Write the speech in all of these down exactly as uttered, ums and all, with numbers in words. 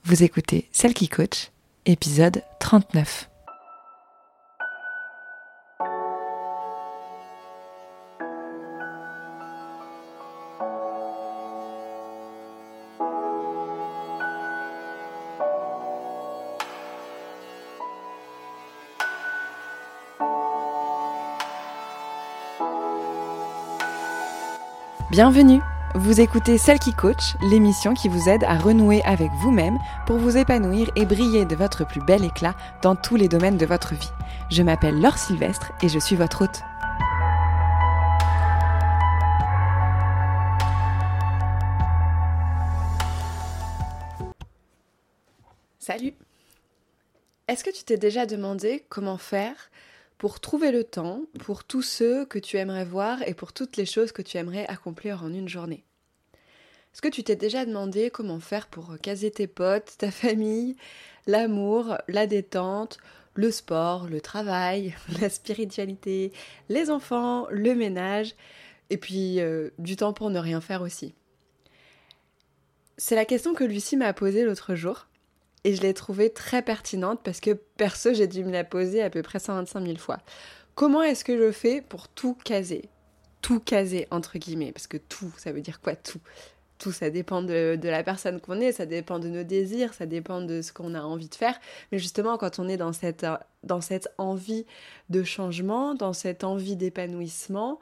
Vous écoutez Celle qui coach, épisode trente-neuf. Bienvenue! Vous écoutez Celle qui coach, l'émission qui vous aide à renouer avec vous-même pour vous épanouir et briller de votre plus bel éclat dans tous les domaines de votre vie. Je m'appelle Laure Sylvestre et je suis votre hôte. Salut! Est-ce que tu t'es déjà demandé comment faire pour trouver le temps pour tous ceux que tu aimerais voir et pour toutes les choses que tu aimerais accomplir en une journée? Est-ce que tu t'es déjà demandé comment faire pour caser tes potes, ta famille, l'amour, la détente, le sport, le travail, la spiritualité, les enfants, le ménage, et puis euh, du temps pour ne rien faire aussi? C'est la question que Lucie m'a posée l'autre jour. Et je l'ai trouvée très pertinente parce que perso, j'ai dû me la poser à peu près cent vingt-cinq mille fois. Comment est-ce que je fais pour tout caser? Tout caser, entre guillemets, parce que tout, ça veut dire quoi tout? Tout, ça dépend de, de la personne qu'on est, ça dépend de nos désirs, ça dépend de ce qu'on a envie de faire. Mais justement, quand on est dans cette, dans cette envie de changement, dans cette envie d'épanouissement,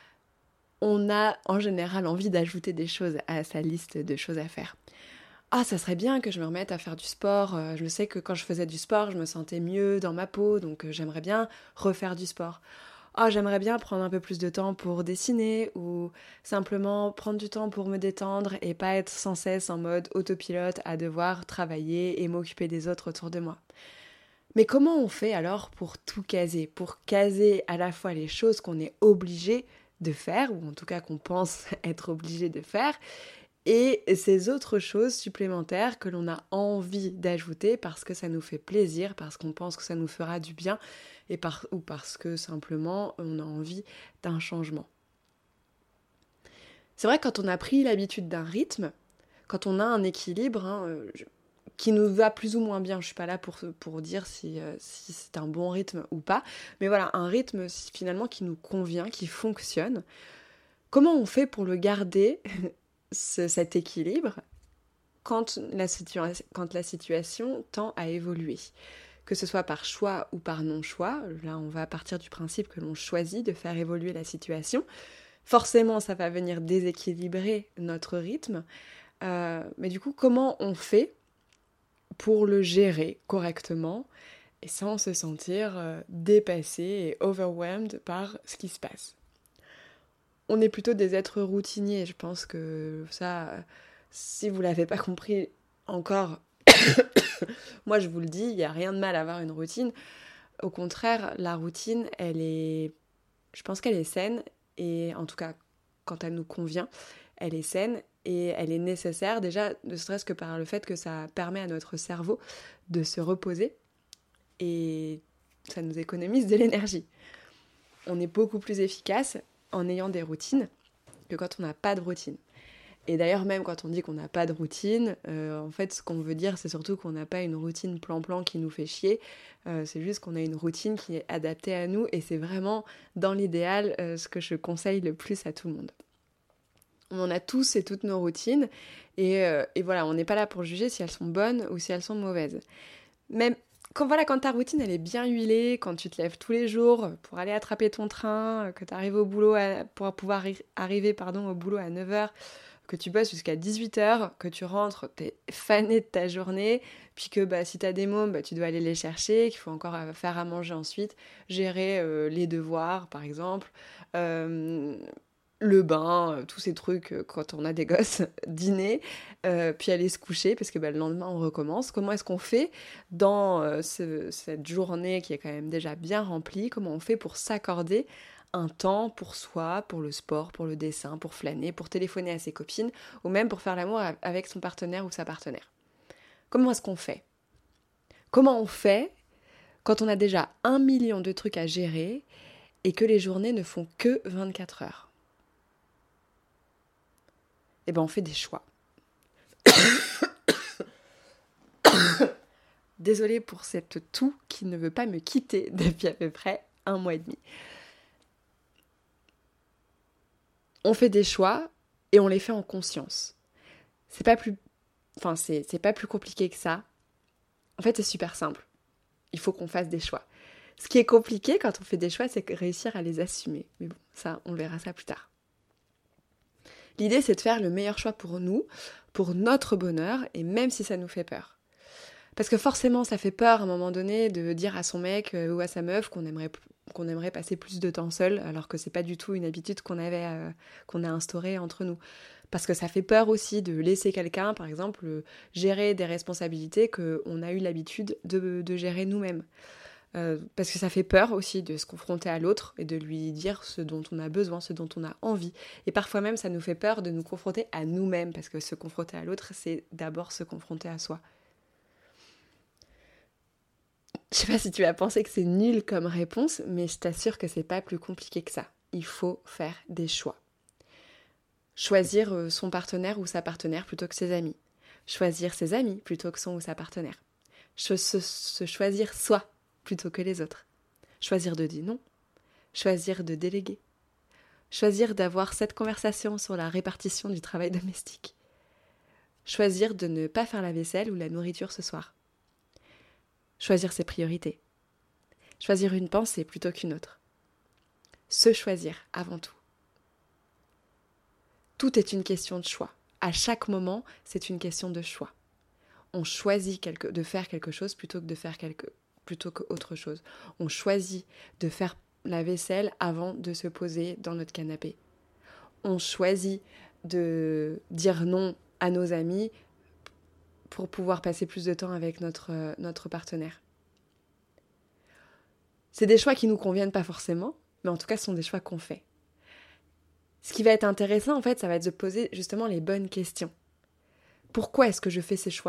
on a en général envie d'ajouter des choses à sa liste de choses à faire. Ah, ça serait bien que je me remette à faire du sport. Je sais que quand je faisais du sport, je me sentais mieux dans ma peau, donc j'aimerais bien refaire du sport. Ah, j'aimerais bien prendre un peu plus de temps pour dessiner ou simplement prendre du temps pour me détendre et pas être sans cesse en mode autopilote à devoir travailler et m'occuper des autres autour de moi. Mais comment on fait alors pour tout caser? Pour caser à la fois les choses qu'on est obligé de faire, ou en tout cas qu'on pense être obligé de faire, et ces autres choses supplémentaires que l'on a envie d'ajouter parce que ça nous fait plaisir, parce qu'on pense que ça nous fera du bien, et par, ou parce que simplement on a envie d'un changement. C'est vrai que quand on a pris l'habitude d'un rythme, quand on a un équilibre hein, je, qui nous va plus ou moins bien, je suis pas là pour, pour dire si, euh, si c'est un bon rythme ou pas, mais voilà, un rythme finalement qui nous convient, qui fonctionne. Comment on fait pour le garder ce, cet équilibre quand la, situa- quand la situation tend à évoluer, que ce soit par choix ou par non-choix? Là, on va partir du principe que l'on choisit de faire évoluer la situation. Forcément, ça va venir déséquilibrer notre rythme. Euh, mais du coup, comment on fait pour le gérer correctement et sans se sentir euh, dépassé et overwhelmed par ce qui se passe? On est plutôt des êtres routiniers, je pense que ça, si vous ne l'avez pas compris encore, moi je vous le dis, il n'y a rien de mal à avoir une routine. Au contraire, la routine, elle est, je pense qu'elle est saine, et en tout cas, quand elle nous convient, elle est saine et elle est nécessaire, déjà, ne serait-ce que par le fait que ça permet à notre cerveau de se reposer et ça nous économise de l'énergie. On est beaucoup plus efficace en ayant des routines que quand on n'a pas de routine. Et d'ailleurs, même quand on dit qu'on n'a pas de routine, euh, en fait, ce qu'on veut dire, c'est surtout qu'on n'a pas une routine plan-plan qui nous fait chier. Euh, c'est juste qu'on a une routine qui est adaptée à nous, et c'est vraiment, dans l'idéal, euh, ce que je conseille le plus à tout le monde. On en a tous et toutes nos routines, et, euh, et voilà, on n'est pas là pour juger si elles sont bonnes ou si elles sont mauvaises. Même Quand, voilà, quand ta routine elle est bien huilée, quand tu te lèves tous les jours pour aller attraper ton train, que tu arrives au boulot à, pour pouvoir arri- arriver pardon, au boulot à neuf heures, que tu bosses jusqu'à dix-huit heures, que tu rentres, t'es fané de ta journée, puis que bah, si t'as des mômes, bah, tu dois aller les chercher, qu'il faut encore faire à manger ensuite, gérer euh, les devoirs par exemple, euh, le bain, euh, tous ces trucs euh, quand on a des gosses, dîner, euh, puis aller se coucher parce que bah, le lendemain on recommence. Comment est-ce qu'on fait dans euh, ce, cette journée qui est quand même déjà bien remplie? Comment on fait pour s'accorder un temps pour soi, pour le sport, pour le dessin, pour flâner, pour téléphoner à ses copines ou même pour faire l'amour avec son partenaire ou sa partenaire? Comment est-ce qu'on fait? Comment on fait quand on a déjà un million de trucs à gérer et que les journées ne font que vingt-quatre heures? Eh ben on fait des choix. Désolée pour cette toux qui ne veut pas me quitter depuis à peu près un mois et demi. On fait des choix et on les fait en conscience. C'est pas plus, enfin c'est, c'est pas plus compliqué que ça. En fait, c'est super simple. Il faut qu'on fasse des choix. Ce qui est compliqué quand on fait des choix, c'est réussir à les assumer. Mais bon, ça, on verra ça plus tard. L'idée, c'est de faire le meilleur choix pour nous, pour notre bonheur, et même si ça nous fait peur. Parce que forcément, ça fait peur à un moment donné de dire à son mec ou à sa meuf qu'on aimerait, qu'on aimerait passer plus de temps seul, alors que c'est pas du tout une habitude qu'on avait, euh, qu'on a instaurée entre nous. Parce que ça fait peur aussi de laisser quelqu'un, par exemple, gérer des responsabilités qu'on a eu l'habitude de, de gérer nous-mêmes. Euh, parce que ça fait peur aussi de se confronter à l'autre et de lui dire ce dont on a besoin, ce dont on a envie. Et parfois même, ça nous fait peur de nous confronter à nous-mêmes, parce que se confronter à l'autre, c'est d'abord se confronter à soi. Je sais pas si tu as pensé que c'est nul comme réponse, mais je t'assure que c'est pas plus compliqué que ça. Il faut faire des choix. Choisir son partenaire ou sa partenaire plutôt que ses amis. Choisir ses amis plutôt que son ou sa partenaire. Se, se, se choisir soi plutôt que les autres. Choisir de dire non. Choisir de déléguer. Choisir d'avoir cette conversation sur la répartition du travail domestique. Choisir de ne pas faire la vaisselle ou la nourriture ce soir. Choisir ses priorités. Choisir une pensée plutôt qu'une autre. Se choisir avant tout. Tout est une question de choix. À chaque moment, c'est une question de choix. On choisit quelque, de faire quelque chose plutôt que de faire quelque, plutôt qu'autre chose. On choisit de faire la vaisselle avant de se poser dans notre canapé. On choisit de dire non à nos amis pour pouvoir passer plus de temps avec notre, notre partenaire. C'est des choix qui nous conviennent pas forcément, mais en tout cas, ce sont des choix qu'on fait. Ce qui va être intéressant, en fait, ça va être de poser justement les bonnes questions. Pourquoi est-ce que je fais ces choix-là ?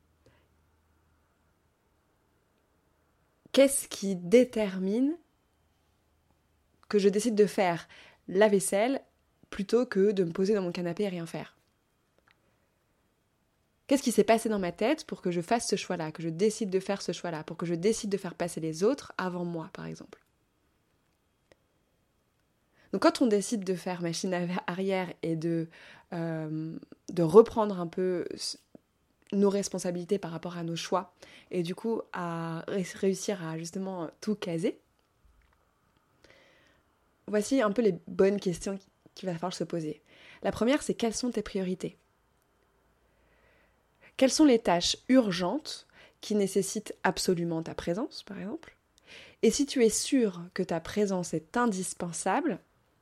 Qu'est-ce qui détermine que je décide de faire la vaisselle plutôt que de me poser dans mon canapé et rien faire ? Qu'est-ce qui s'est passé dans ma tête pour que je fasse ce choix-là, que je décide de faire ce choix-là, pour que je décide de faire passer les autres avant moi, par exemple ? Donc quand on décide de faire machine arrière et de, euh, de reprendre un peu nos responsabilités par rapport à nos choix, et du coup à réussir à justement tout caser, voici un peu les bonnes questions qu'il va falloir se poser. La première, c'est quelles sont tes priorités ? Quelles sont les tâches urgentes qui nécessitent absolument ta présence, par exemple ? Et si tu es sûr que ta présence est indispensable,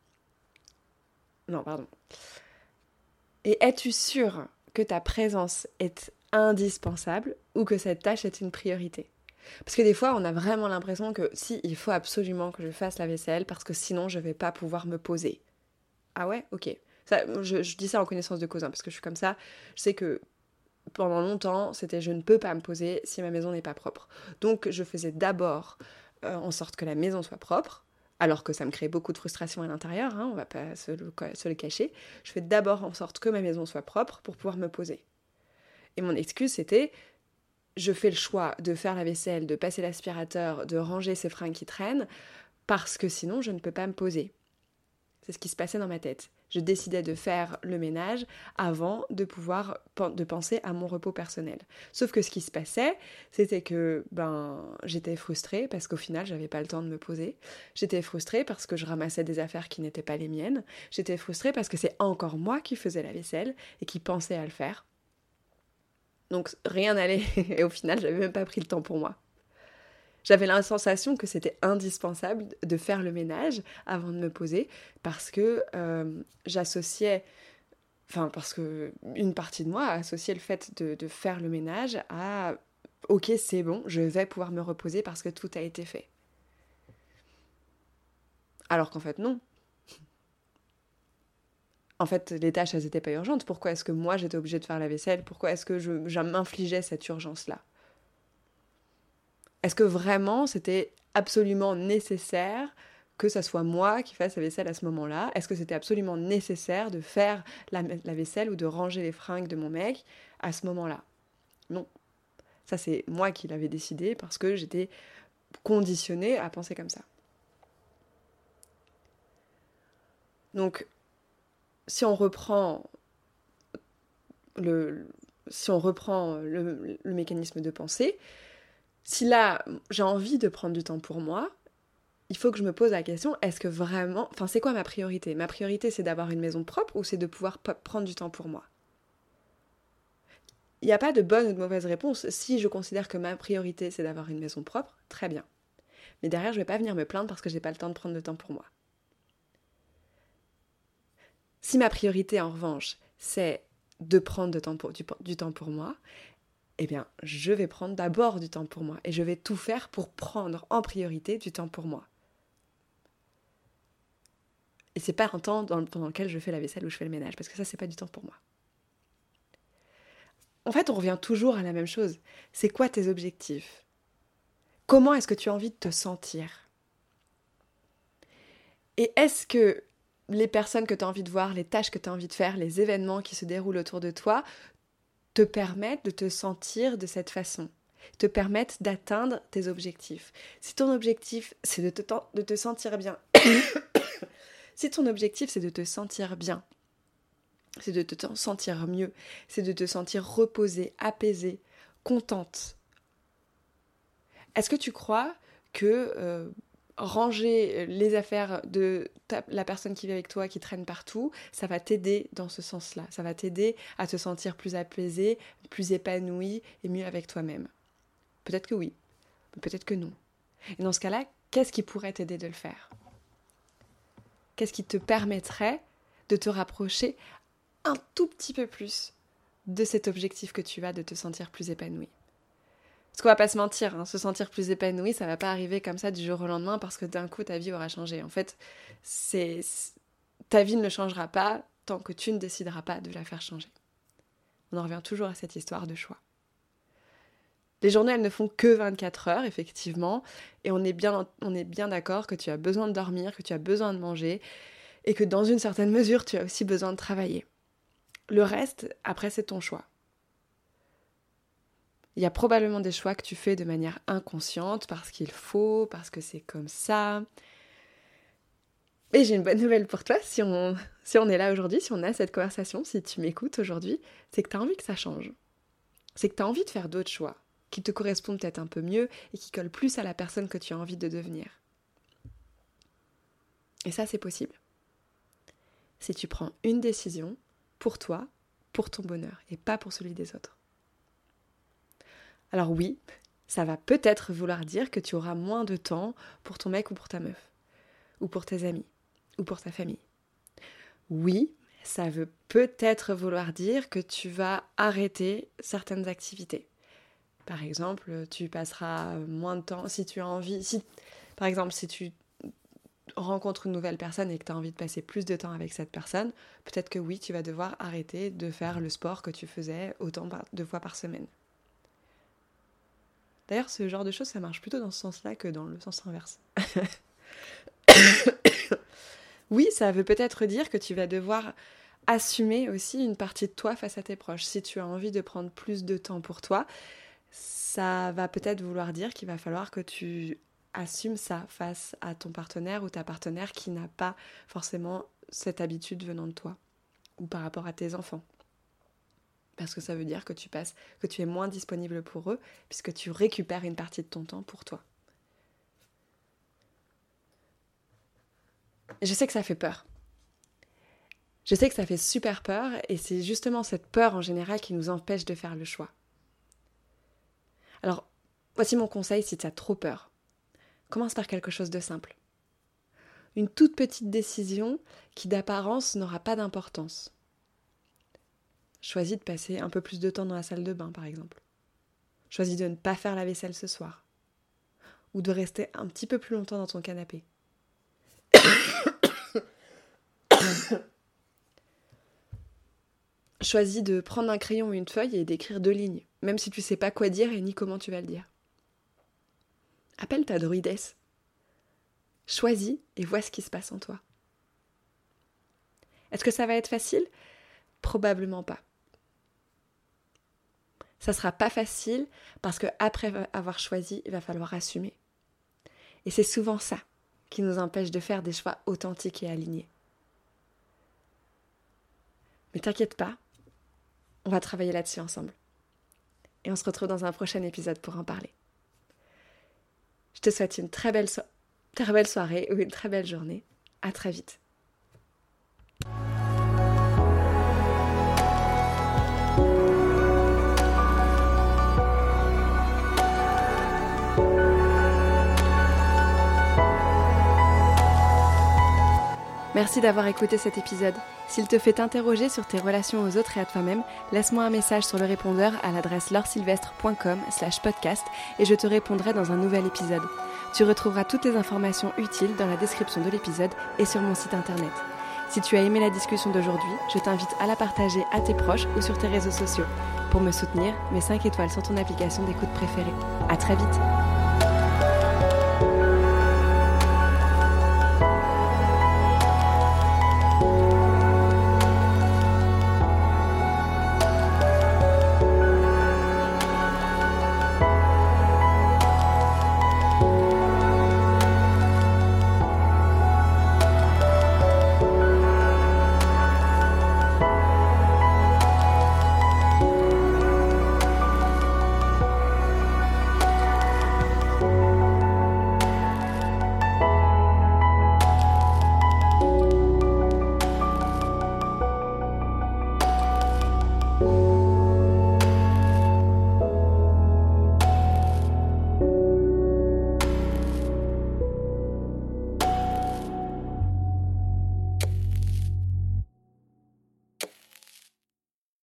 non, pardon. Et es-tu sûr que ta présence est indispensable ou que cette tâche est une priorité ? Parce que des fois, on a vraiment l'impression que si, il faut absolument que je fasse la vaisselle parce que sinon, je ne vais pas pouvoir me poser. Ah ouais ? Ok. Ça, je, je dis ça en connaissance de cause, hein, parce que je suis comme ça. Je sais que pendant longtemps, c'était je ne peux pas me poser si ma maison n'est pas propre. Donc, je faisais d'abord euh, en sorte que la maison soit propre, alors que ça me crée beaucoup de frustration à l'intérieur, hein, on va pas se le, se le cacher. Je fais d'abord en sorte que ma maison soit propre pour pouvoir me poser. Et mon excuse, c'était, je fais le choix de faire la vaisselle, de passer l'aspirateur, de ranger ces fringues qui traînent, parce que sinon, je ne peux pas me poser. C'est ce qui se passait dans ma tête. Je décidais de faire le ménage avant de pouvoir de penser à mon repos personnel. Sauf que ce qui se passait, c'était que ben, j'étais frustrée parce qu'au final, j'avais pas le temps de me poser. J'étais frustrée parce que je ramassais des affaires qui n'étaient pas les miennes. J'étais frustrée parce que c'est encore moi qui faisais la vaisselle et qui pensais à le faire. Donc rien n'allait et au final, j'avais même pas pris le temps pour moi. J'avais la sensation que c'était indispensable de faire le ménage avant de me poser parce que euh, j'associais, enfin parce que une partie de moi associait le fait de, de faire le ménage à « ok, c'est bon, je vais pouvoir me reposer parce que tout a été fait ». Alors qu'en fait, non. En fait, les tâches, elles n'étaient pas urgentes. Pourquoi est-ce que moi, j'étais obligée de faire la vaisselle ? Pourquoi est-ce que je, je m'infligeais cette urgence-là ? Est-ce que vraiment c'était absolument nécessaire que ça soit moi qui fasse la vaisselle à ce moment-là ? Est-ce que c'était absolument nécessaire de faire la, la vaisselle ou de ranger les fringues de mon mec à ce moment-là ? Non. Ça, c'est moi qui l'avais décidé parce que j'étais conditionnée à penser comme ça. Donc, si on reprend le, si on reprend le, le mécanisme de pensée, si là, j'ai envie de prendre du temps pour moi, il faut que je me pose la question, est-ce que vraiment... Enfin, c'est quoi ma priorité ? Ma priorité, c'est d'avoir une maison propre ou c'est de pouvoir p- prendre du temps pour moi ? Il n'y a pas de bonne ou de mauvaise réponse. Si je considère que ma priorité, c'est d'avoir une maison propre, très bien. Mais derrière, je ne vais pas venir me plaindre parce que je n'ai pas le temps de prendre le temps pour moi. Si ma priorité, en revanche, c'est de prendre du temps pour, du, du temps pour moi, eh bien, je vais prendre d'abord du temps pour moi et je vais tout faire pour prendre en priorité du temps pour moi. Et c'est pas un temps dans, pendant lequel je fais la vaisselle ou je fais le ménage, parce que ça, c'est pas du temps pour moi. En fait, on revient toujours à la même chose. C'est quoi tes objectifs ? Comment est-ce que tu as envie de te sentir ? Et est-ce que les personnes que tu as envie de voir, les tâches que tu as envie de faire, les événements qui se déroulent autour de toi, te permettent de te sentir de cette façon ? Te permettent d'atteindre tes objectifs ? Si ton objectif, c'est de te, de te sentir bien... si ton objectif, c'est de te sentir bien, c'est de te sentir mieux, c'est de te sentir reposée, apaisée, contente. Est-ce que tu crois que euh, ranger les affaires de ta, la personne qui vit avec toi, qui traîne partout, ça va t'aider dans ce sens-là ? Ça va t'aider à te sentir plus apaisée, plus épanouie et mieux avec toi-même ? Peut-être que oui, mais peut-être que non. Et dans ce cas-là, qu'est-ce qui pourrait t'aider de le faire ? Qu'est-ce qui te permettrait de te rapprocher un tout petit peu plus de cet objectif que tu as de te sentir plus épanoui. Parce qu'on va pas se mentir, hein, se sentir plus épanoui, ça va pas arriver comme ça du jour au lendemain parce que d'un coup ta vie aura changé. En fait, c'est, ta vie ne changera pas tant que tu ne décideras pas de la faire changer. On en revient toujours à cette histoire de choix. Les journées, elles ne font que vingt-quatre heures, effectivement, et on est bien, on est bien d'accord que tu as besoin de dormir, que tu as besoin de manger, et que dans une certaine mesure, tu as aussi besoin de travailler. Le reste, après, c'est ton choix. Il y a probablement des choix que tu fais de manière inconsciente, parce qu'il faut, parce que c'est comme ça. Et j'ai une bonne nouvelle pour toi, si on, si on est là aujourd'hui, si on a cette conversation, si tu m'écoutes aujourd'hui, c'est que tu as envie que ça change. C'est que tu as envie de faire d'autres choix, qui te correspondent peut-être un peu mieux et qui collent plus à la personne que tu as envie de devenir. Et ça, c'est possible. Si tu prends une décision pour toi, pour ton bonheur, et pas pour celui des autres. Alors oui, ça va peut-être vouloir dire que tu auras moins de temps pour ton mec ou pour ta meuf, ou pour tes amis, ou pour ta famille. Oui, ça veut peut-être vouloir dire que tu vas arrêter certaines activités. Par exemple, tu passeras moins de temps, si tu as envie, si, par exemple, si tu rencontres une nouvelle personne et que tu as envie de passer plus de temps avec cette personne, peut-être que oui, tu vas devoir arrêter de faire le sport que tu faisais autant de fois par semaine. D'ailleurs, ce genre de choses, ça marche plutôt dans ce sens-là que dans le sens inverse. Oui, ça veut peut-être dire que tu vas devoir assumer aussi une partie de toi face à tes proches. Si tu as envie de prendre plus de temps pour toi, ça va peut-être vouloir dire qu'il va falloir que tu assumes ça face à ton partenaire ou ta partenaire qui n'a pas forcément cette habitude venant de toi ou par rapport à tes enfants. Parce que ça veut dire que tu passes, que tu es moins disponible pour eux puisque tu récupères une partie de ton temps pour toi. Je sais que ça fait peur. Je sais que ça fait super peur et c'est justement cette peur en général qui nous empêche de faire le choix. Alors, voici mon conseil si tu as trop peur. Commence par quelque chose de simple. Une toute petite décision qui d'apparence n'aura pas d'importance. Choisis de passer un peu plus de temps dans la salle de bain, par exemple. Choisis de ne pas faire la vaisselle ce soir. Ou de rester un petit peu plus longtemps dans ton canapé. Choisis de prendre un crayon ou une feuille et d'écrire deux lignes, même si tu ne sais pas quoi dire et ni comment tu vas le dire. Appelle ta druidesse. Choisis et vois ce qui se passe en toi. Est-ce que ça va être facile ? Probablement pas. Ça sera pas facile parce que après avoir choisi, il va falloir assumer. Et c'est souvent ça qui nous empêche de faire des choix authentiques et alignés. Mais t'inquiète pas, on va travailler là-dessus ensemble. Et on se retrouve dans un prochain épisode pour en parler. Je te souhaite une très belle, so- très belle soirée ou une très belle journée. À très vite. Merci d'avoir écouté cet épisode. S'il te fait t'interroger sur tes relations aux autres et à toi-même, laisse-moi un message sur le répondeur à l'adresse lauresylvestre point com slash podcast et je te répondrai dans un nouvel épisode. Tu retrouveras toutes les informations utiles dans la description de l'épisode et sur mon site internet. Si tu as aimé la discussion d'aujourd'hui, je t'invite à la partager à tes proches ou sur tes réseaux sociaux. Pour me soutenir, mets cinq étoiles sur ton application d'écoute préférée. À très vite.